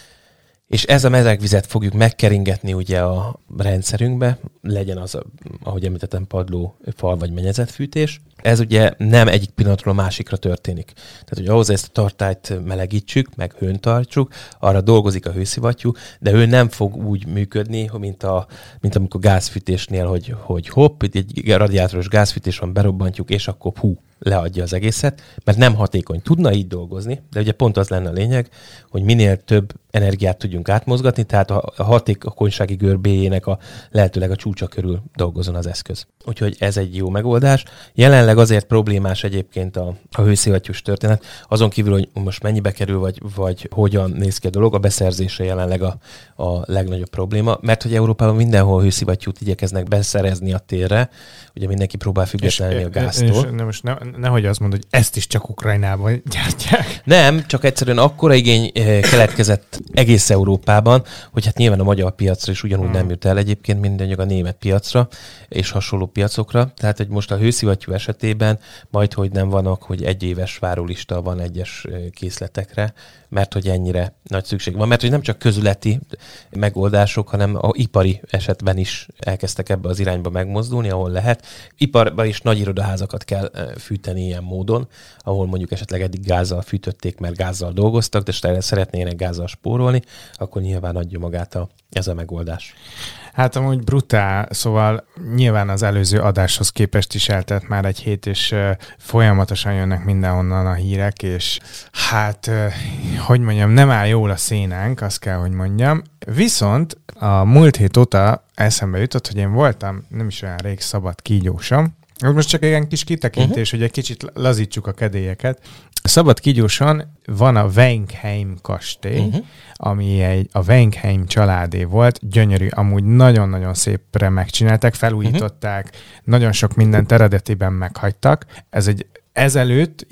és ez a meleg vizet fogjuk megkeringetni ugye a rendszerünkbe, legyen az, ahogy említettem, padló, fal vagy mennyezetfűtés. Ez ugye nem egyik pillanatról a másikra történik. Tehát, hogy ahhoz ezt a tartályt melegítsük, meg hőn tartsuk, arra dolgozik a hőszivattyú, de ő nem fog úgy működni, mint, a, mint amikor gázfűtésnél, hogy, hogy hopp, itt egy radiátoros gázfűtés van, berobbantjuk, és akkor hú, leadja az egészet, mert nem hatékony. Tudna így dolgozni, de ugye pont az lenne a lényeg, hogy minél több energiát tudjunk átmozgatni, tehát a hatékonysági görbéjének a lehetőleg a csúcsa körül dolgozzon az eszköz. Úgyhogy ez egy jó megoldás. Jelenleg azért problémás egyébként a, a hőszivattyús történet, azon kívül, hogy most mennyibe kerül, vagy, vagy hogyan néz ki a dolog, a beszerzése jelenleg a, a legnagyobb probléma, mert hogy Európában mindenhol hőszivattyút igyekeznek beszerezni a térre, ugye mindenki próbál függetlenni a gáztól. És, és most ne, nehogy azt mondod, hogy ezt is csak Ukrajnában gyártják. Nem, csak egyszerűen akkora igény keletkezett egész Európában, hogy hát nyilván a magyar piacra is ugyanúgy hmm. nem jut el egyébként, mint a német piacra és hasonló piacokra. Tehát, hogy most a hőszivattyú esetében majd, hogy nem vannak, hogy egy éves várólista van egyes készletekre, mert hogy ennyire nagy szükség van. Mert hogy nem csak közületi megoldások, hanem a ipari esetben is elkezdtek ebbe az irányba megmozdulni, ahol lehet. Iparban is nagy irodaházakat kell fűteni ilyen módon, ahol mondjuk esetleg eddig gázzal fűtötték, mert gázzal dolgoztak, de szeretnének gázzal spórolni, akkor nyilván adja magát a, ez a megoldás. Hát amúgy brutál, szóval nyilván az előző adáshoz képest is eltelt már egy hét, és uh, folyamatosan jönnek mindenhonnan a hírek, és hát, uh, hogy mondjam, nem áll jól a szénánk, azt kell, hogy mondjam. Viszont a múlt hét óta eszembe jutott, hogy én voltam nem is olyan rég szabad kígyósom. Most csak egy ilyen kis kitekintés, uh-huh. hogy egy kicsit lazítsuk a kedélyeket. Szabad kígyóson van a Wenkheim kastély, uh-huh. ami egy, a Wenkheim családé volt, gyönyörű, amúgy nagyon-nagyon szépre megcsinálták, felújították, uh-huh. nagyon sok mindent eredetiben meghagytak. Ez egy ezelőtt ilyen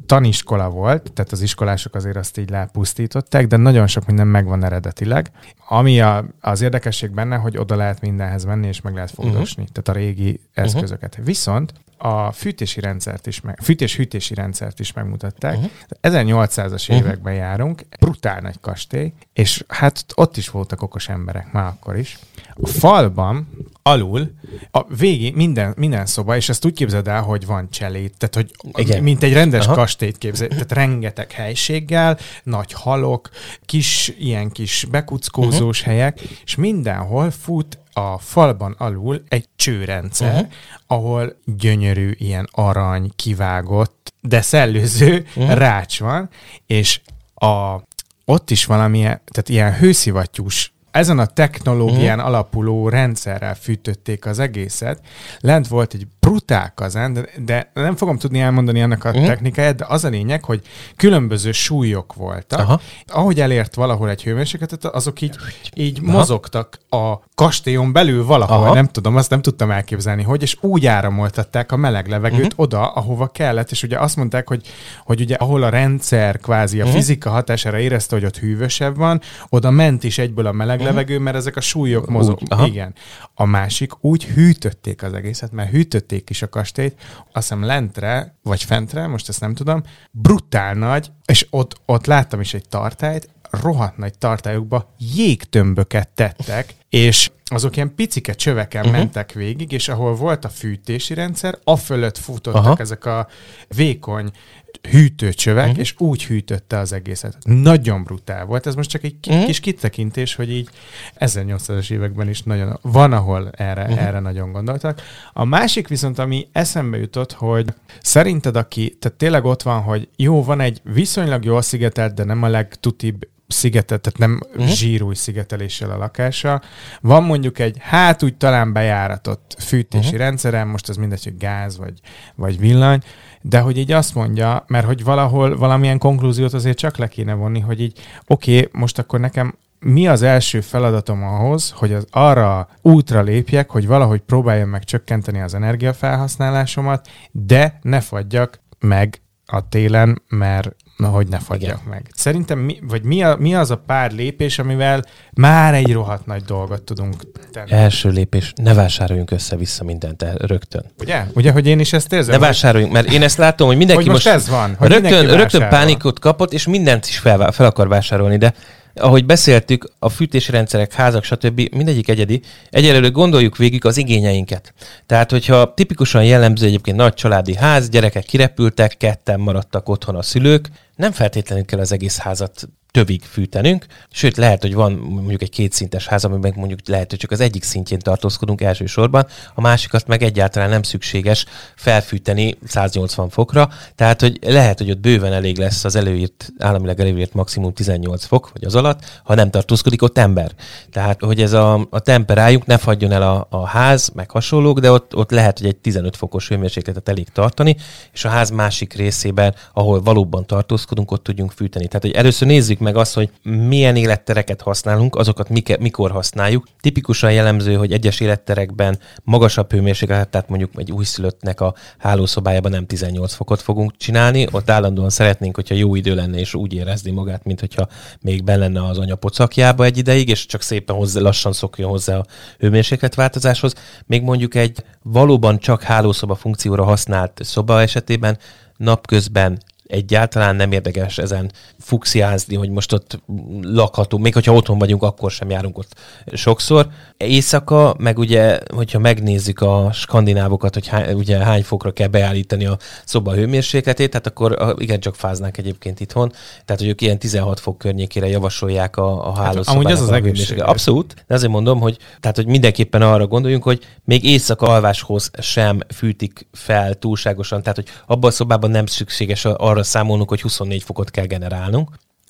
taniskola volt, tehát az iskolások azért azt így lepusztították, de nagyon sok minden megvan eredetileg. Ami a, az érdekesség benne, hogy oda lehet mindenhez menni, és meg lehet fogdosni, uh-huh. tehát a régi eszközöket. Uh-huh. Viszont a fűtési rendszert is, meg, fűtés-hűtési rendszert is megmutatták. Uh-huh. ezernyolcszázas uh-huh. években járunk, brutál nagy kastély, és hát ott is voltak okos emberek, már akkor is. A falban alul, a végig minden, minden szoba, és ezt úgy képzeld el, hogy van cselét, tehát hogy igen. mint egy rendes Aha. kastélyt képzel, tehát rengeteg helységgel, nagy halok, kis, ilyen kis bekuckózós uh-huh. helyek, és mindenhol fut a falban alul egy csőrendszer, uh-huh. ahol gyönyörű ilyen arany, kivágott, de szellőző uh-huh. rács van, és a, ott is valamilyen, tehát ilyen hőszivattyús, ezen a technológián uh-huh. alapuló rendszerrel fűtötték az egészet. Lent volt egy brutál kazán, de, de nem fogom tudni elmondani annak a uh-huh. technikáját, de az a lényeg, hogy különböző súlyok voltak. Aha. Ahogy elért valahol egy hőmérsékletet, azok így, így mozogtak a kastélyon belül valahol, Aha. nem tudom, azt nem tudtam elképzelni, hogy, és úgy áramoltatták a meleg levegőt uh-huh. oda, ahova kellett, és ugye azt mondták, hogy, hogy ugye ahol a rendszer kvázi a uh-huh. fizika hatására érezte, hogy ott hűvösebb van, oda ment is egyből a meleg uh-huh. levegő, mert ezek a súlyok mozognak. Igen. A másik, úgy hűtötték az egészet, mert hűtötték is a kastélyt, azt hiszem lentre, vagy fentre, most ezt nem tudom, brutál nagy, és ott, ott láttam is egy tartályt, rohadt nagy tartályokba jégtömböket tettek, és azok ilyen picike csöveken uh-huh. mentek végig, és ahol volt a fűtési rendszer, afölött futottak Aha. ezek a vékony hűtőcsövek, uh-huh. és úgy hűtötte az egészet. Nagyon brutál volt. Ez most csak egy uh-huh. kis kitekintés, hogy így ezernyolcszázas években is nagyon van, ahol erre, uh-huh. erre nagyon gondoltak. A másik viszont, ami eszembe jutott, hogy szerinted aki, tehát tényleg ott van, hogy jó, van egy viszonylag jól szigetelt, de nem a legtutibb szigetet, tehát nem uh-huh. zsírúj szigeteléssel a lakása. Van mondjuk egy, hát úgy talán bejáratott fűtési uh-huh. rendszeren, most az mindegy, hogy gáz vagy, vagy villany, de hogy így azt mondja, mert hogy valahol valamilyen konklúziót azért csak le kéne vonni, hogy így oké, okay, most akkor nekem mi az első feladatom ahhoz, hogy az arra útra lépjek, hogy valahogy próbáljam meg csökkenteni az energiafelhasználásomat, de ne fagyjak meg a télen, mert na, hogy ne fagyjak Igen. meg. Szerintem mi, vagy mi, a, mi az a pár lépés, amivel már egy rohadt nagy dolgot tudunk tenni? Első lépés, ne vásároljunk össze-vissza mindent rögtön. Ugye? Ugye, hogy én is ezt érzem? Ne vásároljunk, mert én ezt látom, hogy mindenki hogy most, most ez van, hogy rögtön, rögtön pánikot kapott, és mindent is fel, fel akar vásárolni, de ahogy beszéltük, a fűtési rendszerek, házak, stb. Mindegyik egyedi. Egyelőre gondoljuk végig az igényeinket. Tehát, hogyha tipikusan jellemző egyébként nagy családi ház, gyerekek kirepültek, ketten maradtak otthon a szülők, nem feltétlenül kell az egész házat tövig fűtenünk, sőt lehet, hogy van mondjuk egy kétszintes ház, amiben mondjuk lehet, hogy csak az egyik szintjén tartózkodunk elsősorban, a másikat meg egyáltalán nem szükséges felfűteni száznyolcvan fokra, tehát hogy lehet, hogy ott bőven elég lesz az előírt, államilag előírt maximum tizennyolc fok, vagy az alatt, ha nem tartózkodik ott ember. Tehát, hogy ez a, a temperájuk ne fagyjon el a, a ház, meg hasonlók, de ott, ott lehet, hogy egy tizenöt fokos hőmérsékletet elég tartani, és a ház másik részében, ahol valóban tartózkodunk, ott tudjunk fűteni. Tehát, hogy először nézzük meg azt, hogy milyen élettereket használunk, azokat mik- mikor használjuk. Tipikusan jellemző, hogy egyes életterekben magasabb hőmérséklet, tehát mondjuk egy újszülöttnek a hálószobájában nem tizennyolc fokot fogunk csinálni, ott állandóan szeretnénk, hogyha jó idő lenne, és úgy érezni magát, mint hogyha még benn lenne az anya pocakjába egy ideig, és csak szépen hozzá, lassan szokjon hozzá a hőmérsékletváltozáshoz. Még mondjuk egy valóban csak hálószoba funkcióra használt szoba esetében napközben egyáltalán nem érdekes ezen fuxiázni, hogy most ott lakhatunk, még hogyha otthon vagyunk, akkor sem járunk ott sokszor. Éjszaka, meg ugye, hogyha megnézzük a skandinávokat, hogy hány, ugye hány fokra kell beállítani a szoba hőmérsékletét, tehát akkor igencsak fáznánk egyébként itthon. Tehát, hogy ők ilyen tizenhat fok környékére javasolják a, a hálószobának. Hát, amúgy ez az egészséges. Abszolút. De azért mondom, hogy, tehát, hogy mindenképpen arra gondoljunk, hogy még éjszaka alváshoz sem fűtik fel túlságosan, tehát, hogy abban a szobában nem szükséges arra számolnunk, hogy huszonnégy fokot kell generálnunk.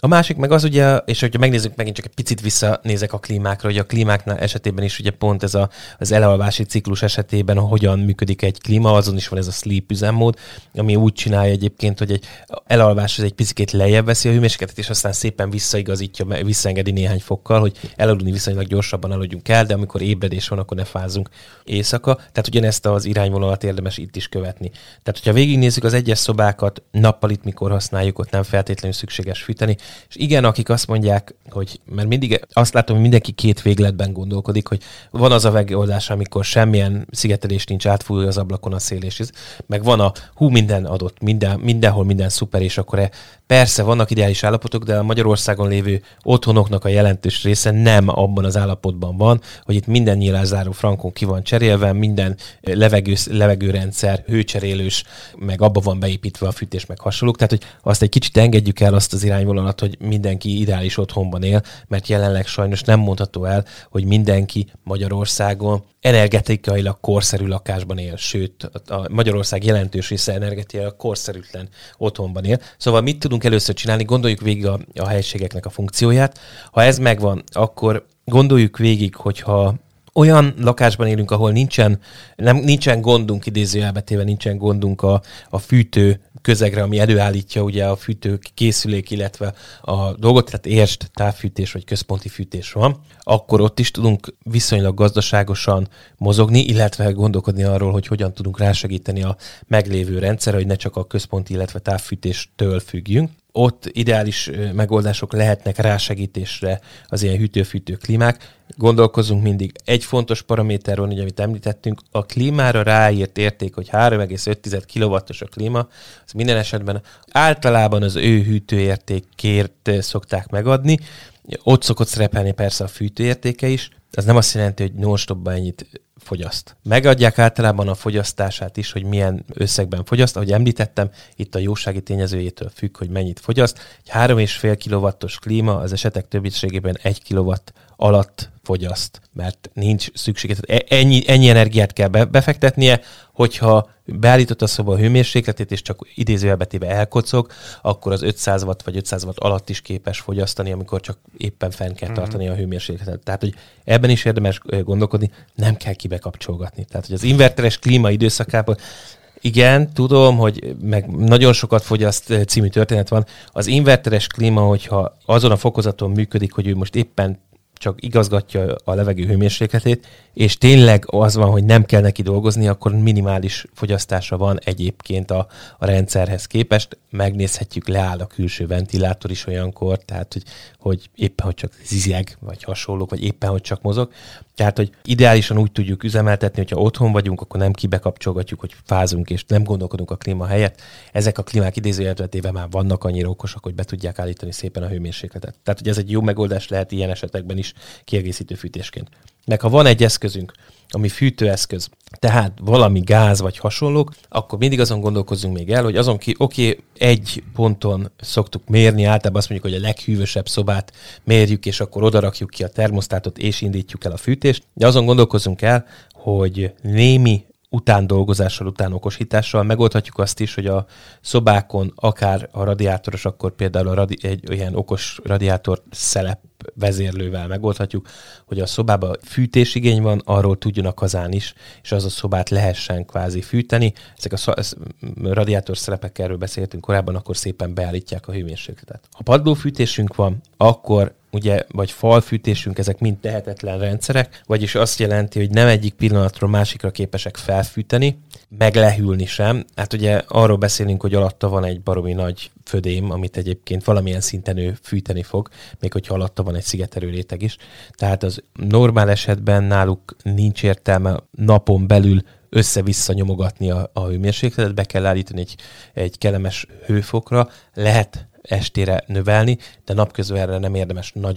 A másik meg az ugye, és hogyha megnézzük, megint csak egy picit visszanézek a klímákra, hogy a klímáknál esetében is ugye pont ez a, az elalvási ciklus esetében hogyan működik egy klíma, azon is van ez a sleep üzemmód, ami úgy csinálja egyébként, hogy egy elalvás az egy picit lejjebb veszi a hőmérsékletet, és aztán szépen visszaigazítja, visszaengedi néhány fokkal, hogy elaludni viszonylag gyorsabban aludjunk el, de amikor ébredés van, akkor ne fázzunk éjszaka. Tehát ugyanezt az irányvonalat érdemes itt is követni. Tehát, hogyha végignézzük az egyes szobákat, nappalit mikor használjuk, ott nem feltétlenül szükséges fűteni. És igen, akik azt mondják, hogy, mert mindig azt látom, hogy mindenki két végletben gondolkodik, hogy van az a megoldás, amikor semmilyen szigetelés nincs, átfújja az ablakon a szél, és meg van a hú, minden adott, minden, mindenhol minden szuper, és akkor e, persze vannak ideális állapotok, de a Magyarországon lévő otthonoknak a jelentős része nem abban az állapotban van, hogy itt minden nyílászáró frankon ki van cserélve, minden levegő, levegőrendszer, hőcserélős, meg abba van beépítve a fűtés, meg hasonlók. Tehát, hogy azt egy kicsit engedjük el azt az irányvonalat, hogy mindenki ideális otthonban él, mert jelenleg sajnos nem mondható el, hogy mindenki Magyarországon energetikailag korszerű lakásban él, sőt, a Magyarország jelentős része energetikailag korszerűtlen otthonban él. Szóval mit tudunk először csinálni? Gondoljuk végig a, a helységeknek a funkcióját. Ha ez megvan, akkor gondoljuk végig, hogyha olyan lakásban élünk, ahol nincsen, nem, nincsen gondunk, idézőjelbetéve nincsen gondunk a, a fűtő közegre, ami előállítja ugye a fűtő készülék, illetve a dolgot, tehát érst, távfűtés vagy központi fűtés van, akkor ott is tudunk viszonylag gazdaságosan mozogni, illetve gondolkodni arról, hogy hogyan tudunk rásegíteni a meglévő rendszerre, hogy ne csak a központi, illetve távfűtéstől függjünk. Ott ideális megoldások lehetnek rásegítésre az ilyen hűtő-fűtő klímák. Gondolkozunk mindig. Egy fontos paraméter van, ugye, amit említettünk, a klímára ráírt érték, hogy három egész öt kilowattos a klíma, az minden esetben általában az ő hűtőértékért szokták megadni. Ott szokott szerepelni persze a fűtőértéke is. Ez nem azt jelenti, hogy non-stopban ennyit fogyaszt. Megadják általában a fogyasztását is, hogy milyen összegben fogyaszt. Ahogy említettem, itt a jósági tényezőjétől függ, hogy mennyit fogyaszt. Egy három egész öt kilowattos klíma az esetek többségében egy kilowatt alatt fogyaszt, mert nincs szüksége. Ennyi, ennyi energiát kell befektetnie, hogyha beállított a szoba a hőmérsékletét, és csak idézőjelbetéve elkocog, akkor az ötszáz watt vagy ötszáz watt alatt is képes fogyasztani, amikor csak éppen fenn kell tartani a hőmérsékletet. Tehát, hogy ebben is érdemes gondolkodni, nem kell kibekapcsolgatni. Tehát, hogy az inverteres klíma időszakában igen, tudom, hogy meg nagyon sokat fogyaszt című történet van. Az inverteres klíma, hogyha azon a fokozaton működik, hogy ő most éppen csak igazgatja a levegő hőmérsékletét, és tényleg az van, hogy nem kell neki dolgozni, akkor minimális fogyasztása van egyébként a, a rendszerhez képest. Megnézhetjük, leáll a külső ventilátor is olyankor, tehát hogy, hogy éppen, hogy csak zizeg, vagy hasonlók, vagy éppen, hogy csak mozog. Tehát, hogy ideálisan úgy tudjuk üzemeltetni, hogyha otthon vagyunk, akkor nem kibekapcsolgatjuk, hogy fázunk, és nem gondolkodunk a klíma helyett. Ezek a klímák idézőjelbetéve már vannak annyira okosak, hogy be tudják állítani szépen a hőmérsékletet. Tehát, hogy ez egy jó megoldás lehet ilyen esetekben is kiegészítő fűtésként. Meg ha van egy eszközünk, ami fűtőeszköz, tehát valami gáz vagy hasonlók, akkor mindig azon gondolkozzunk még el, hogy azon ki, oké, okay, egy ponton szoktuk mérni, általában azt mondjuk, hogy a leghűvösebb szobát mérjük, és akkor odarakjuk ki a termosztátot, és indítjuk el a fűtést, de azon gondolkozzunk el, hogy némi utándolgozással, utánokosítással megoldhatjuk azt is, hogy a szobákon akár a radiátoros, akkor például a radi- egy olyan okos radiátor szelep vezérlővel megoldhatjuk, hogy a szobában fűtésigény van, arról tudjon a kazán is, és az a szobát lehessen kvázi fűteni. Ezek a sz- radiátor szelepek, erről beszéltünk korábban, akkor szépen beállítják a hőmérsékletet. Ha padlófűtésünk van, akkor ugye, vagy falfűtésünk, ezek mind tehetetlen rendszerek, vagyis azt jelenti, hogy nem egyik pillanatról másikra képesek felfűteni, meg lehűlni sem. Hát ugye arról beszélünk, hogy alatta van egy baromi nagy födém, amit egyébként valamilyen szinten ő fűteni fog, még hogyha alatta van egy szigetelő réteg is. Tehát az normál esetben náluk nincs értelme napon belül össze-vissza nyomogatni a, a hőmérsékletet, be kell állítani egy, egy kellemes hőfokra, lehet estére növelni, de napközben erre nem érdemes nagyon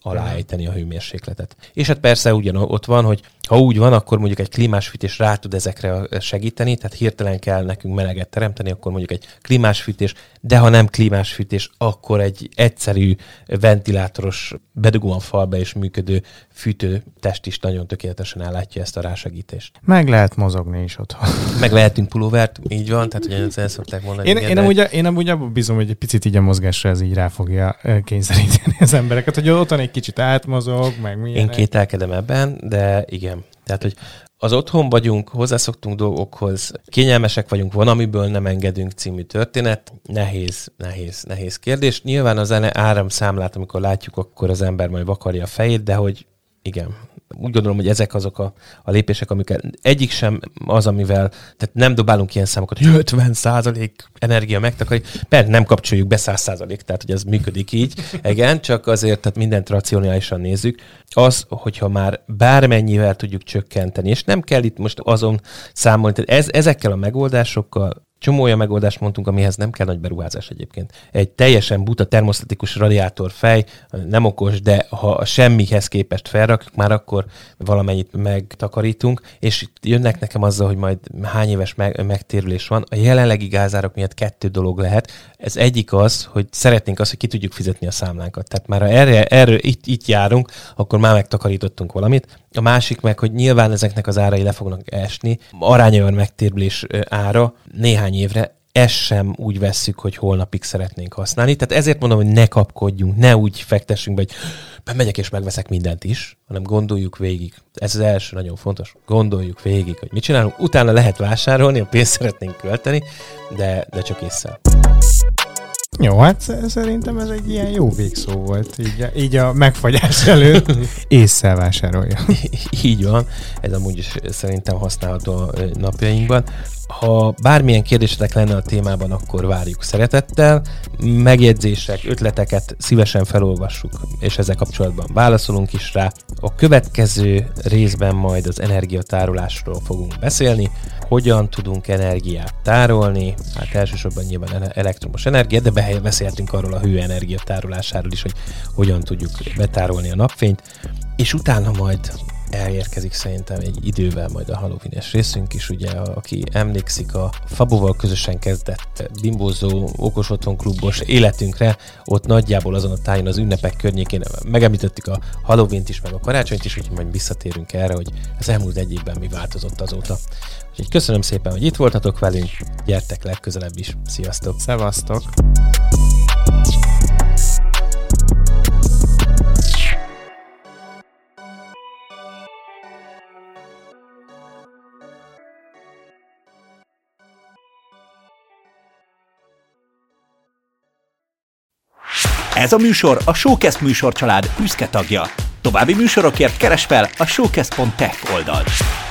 aláejteni a hőmérsékletet. És hát persze ugyan ott van, hogy ha úgy van, akkor mondjuk egy klímás fűtés rá tud ezekre segíteni, tehát hirtelen kell nekünk meleget teremteni, akkor mondjuk egy klímás fűtés, de ha nem klímás fűtés, akkor egy egyszerű ventilátoros, bedugom a falba és működő fűtőtest is nagyon tökéletesen ellátja ezt a rásegítést. Meg lehet mozogni is otthon. Meg lehetünk pulóvert, így van, tehát ugye ezt el szokták mondani. Én, én, amúgy, én amúgy abban bízom, hogy egy picit így a mozgásra ez így rá fogja kényszeríteni az embereket, hogy otthon egy kicsit átmozog, meg milyen. Én kételkedem ebben, de igen. Tehát, hogy az otthon vagyunk, hozzászoktunk dolgokhoz, kényelmesek vagyunk, van, amiből nem engedünk című történet. Nehéz, nehéz, nehéz kérdés. Nyilván az áramszámlát, amikor látjuk, akkor az ember majd vakarja a fejét, de hogy igen, úgy gondolom, hogy ezek azok a, a lépések, amiket egyik sem az, amivel, tehát nem dobálunk ilyen számokat, hogy ötven százalék energia megtakarít, persze nem kapcsoljuk be száz százalék, tehát hogy ez működik így, igen, csak azért, tehát mindent racionálisan nézzük. Az, hogyha már bármennyivel tudjuk csökkenteni, és nem kell itt most azon számolni, tehát ez, ezekkel a megoldásokkal csomó olyan megoldást mondtunk, amihez nem kell nagy beruházás egyébként. Egy teljesen buta termosztatikus radiátorfej, nem okos, de ha semmihez képest felrakjuk, már akkor valamennyit megtakarítunk, és itt jönnek nekem azzal, hogy majd hány éves meg- megtérülés van. A jelenlegi gázárak miatt kettő dolog lehet. Ez egyik az, hogy szeretnénk azt, hogy ki tudjuk fizetni a számlánkat. Tehát már ha erre, erről itt, itt járunk, akkor már megtakarítottunk valamit. A másik meg, hogy nyilván ezeknek az árai le fognak esni. Arányaiban megtérülés ára néhány évre, ezt sem úgy vesszük, hogy holnapig szeretnénk használni. Tehát ezért mondom, hogy ne kapkodjunk, ne úgy fektessünk be, hogy bemegyek és megveszek mindent is, hanem gondoljuk végig. Ez az első nagyon fontos. Gondoljuk végig, hogy mit csinálunk. Utána lehet vásárolni, a pénzt szeretnénk költeni, de, de csak ésszel. Jó, hát szerintem ez egy ilyen jó végszó volt, így a, így a megfagyás előtt ésszel vásárolja. Így van, ez amúgy is szerintem használható a napjainkban. Ha bármilyen kérdésetek lenne a témában, akkor várjuk szeretettel. Megjegyzések, ötleteket szívesen felolvassuk, és ezzel kapcsolatban válaszolunk is rá. A következő részben majd az energiatárolásról fogunk beszélni. Hogyan tudunk energiát tárolni? Hát elsősorban nyilván elektromos energia, de beszéltünk arról a hőenergia tárolásáról is, hogy hogyan tudjuk betárolni a napfényt, és utána majd elérkezik szerintem egy idővel majd a Halloween-es részünk is, ugye, aki emlékszik a Fabóval közösen kezdett bimbózó, okos otthonklubos életünkre, ott nagyjából azon a tájon az ünnepek környékén megemlítettük a Halloween-t is, meg a karácsonyt is, úgyhogy majd visszatérünk erre, hogy az elmúlt egy évben mi változott azóta. Úgyhogy köszönöm szépen, hogy itt voltatok velünk, gyertek legközelebb is. Sziasztok! Szevasztok! Ez a műsor a Showcast műsorcsalád büszke tagja. További műsorokért keresd fel a showcast pont tech oldalt.